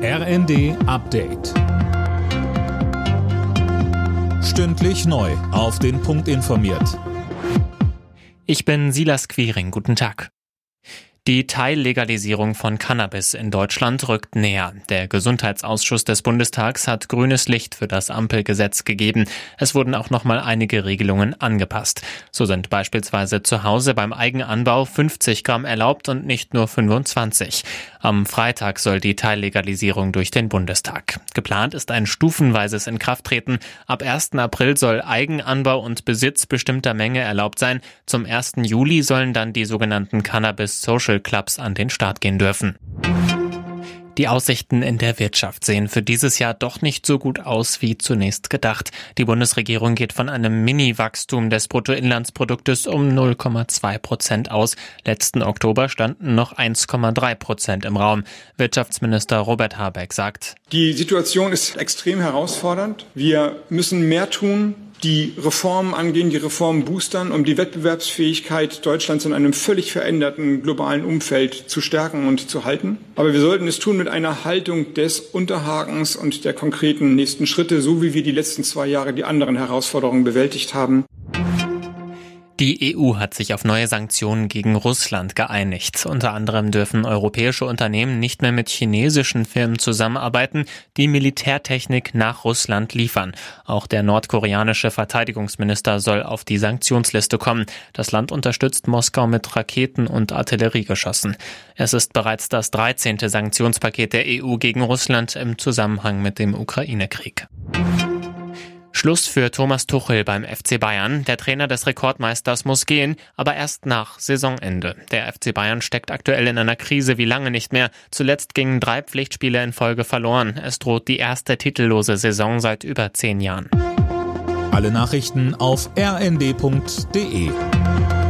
RND Update. Stündlich neu auf den Punkt informiert. Ich bin Silas Quiring. Guten Tag. Die Teillegalisierung von Cannabis in Deutschland rückt näher. Der Gesundheitsausschuss des Bundestags hat grünes Licht für das Ampelgesetz gegeben. Es wurden auch nochmal einige Regelungen angepasst. So sind beispielsweise zu Hause beim Eigenanbau 50 Gramm erlaubt und nicht nur 25. Am Freitag soll die Teillegalisierung durch den Bundestag. Geplant ist ein stufenweises Inkrafttreten. Ab 1. April soll Eigenanbau und Besitz bestimmter Menge erlaubt sein. Zum 1. Juli sollen dann die sogenannten Cannabis-Social Clubs an den Start gehen dürfen. Die Aussichten in der Wirtschaft sehen für dieses Jahr doch nicht so gut aus wie zunächst gedacht. Die Bundesregierung geht von einem Mini-Wachstum des Bruttoinlandsproduktes um 0,2% aus. Letzten Oktober standen noch 1,3% im Raum. Wirtschaftsminister Robert Habeck sagt: Die Situation ist extrem herausfordernd. Wir müssen mehr tun, die Reformen angehen, die Reformen boostern, um die Wettbewerbsfähigkeit Deutschlands in einem völlig veränderten globalen Umfeld zu stärken und zu halten. Aber wir sollten es tun mit einer Haltung des Unterhakens und der konkreten nächsten Schritte, so wie wir die letzten 2 Jahre die anderen Herausforderungen bewältigt haben. Die EU hat sich auf neue Sanktionen gegen Russland geeinigt. Unter anderem dürfen europäische Unternehmen nicht mehr mit chinesischen Firmen zusammenarbeiten, die Militärtechnik nach Russland liefern. Auch der nordkoreanische Verteidigungsminister soll auf die Sanktionsliste kommen. Das Land unterstützt Moskau mit Raketen und Artilleriegeschossen. Es ist bereits das 13. Sanktionspaket der EU gegen Russland im Zusammenhang mit dem Ukraine-Krieg. Schluss für Thomas Tuchel beim FC Bayern. Der Trainer des Rekordmeisters muss gehen, aber erst nach Saisonende. Der FC Bayern steckt aktuell in einer Krise wie lange nicht mehr. Zuletzt gingen 3 Pflichtspiele in Folge verloren. Es droht die erste titellose Saison seit über 10 Jahren. Alle Nachrichten auf rnd.de.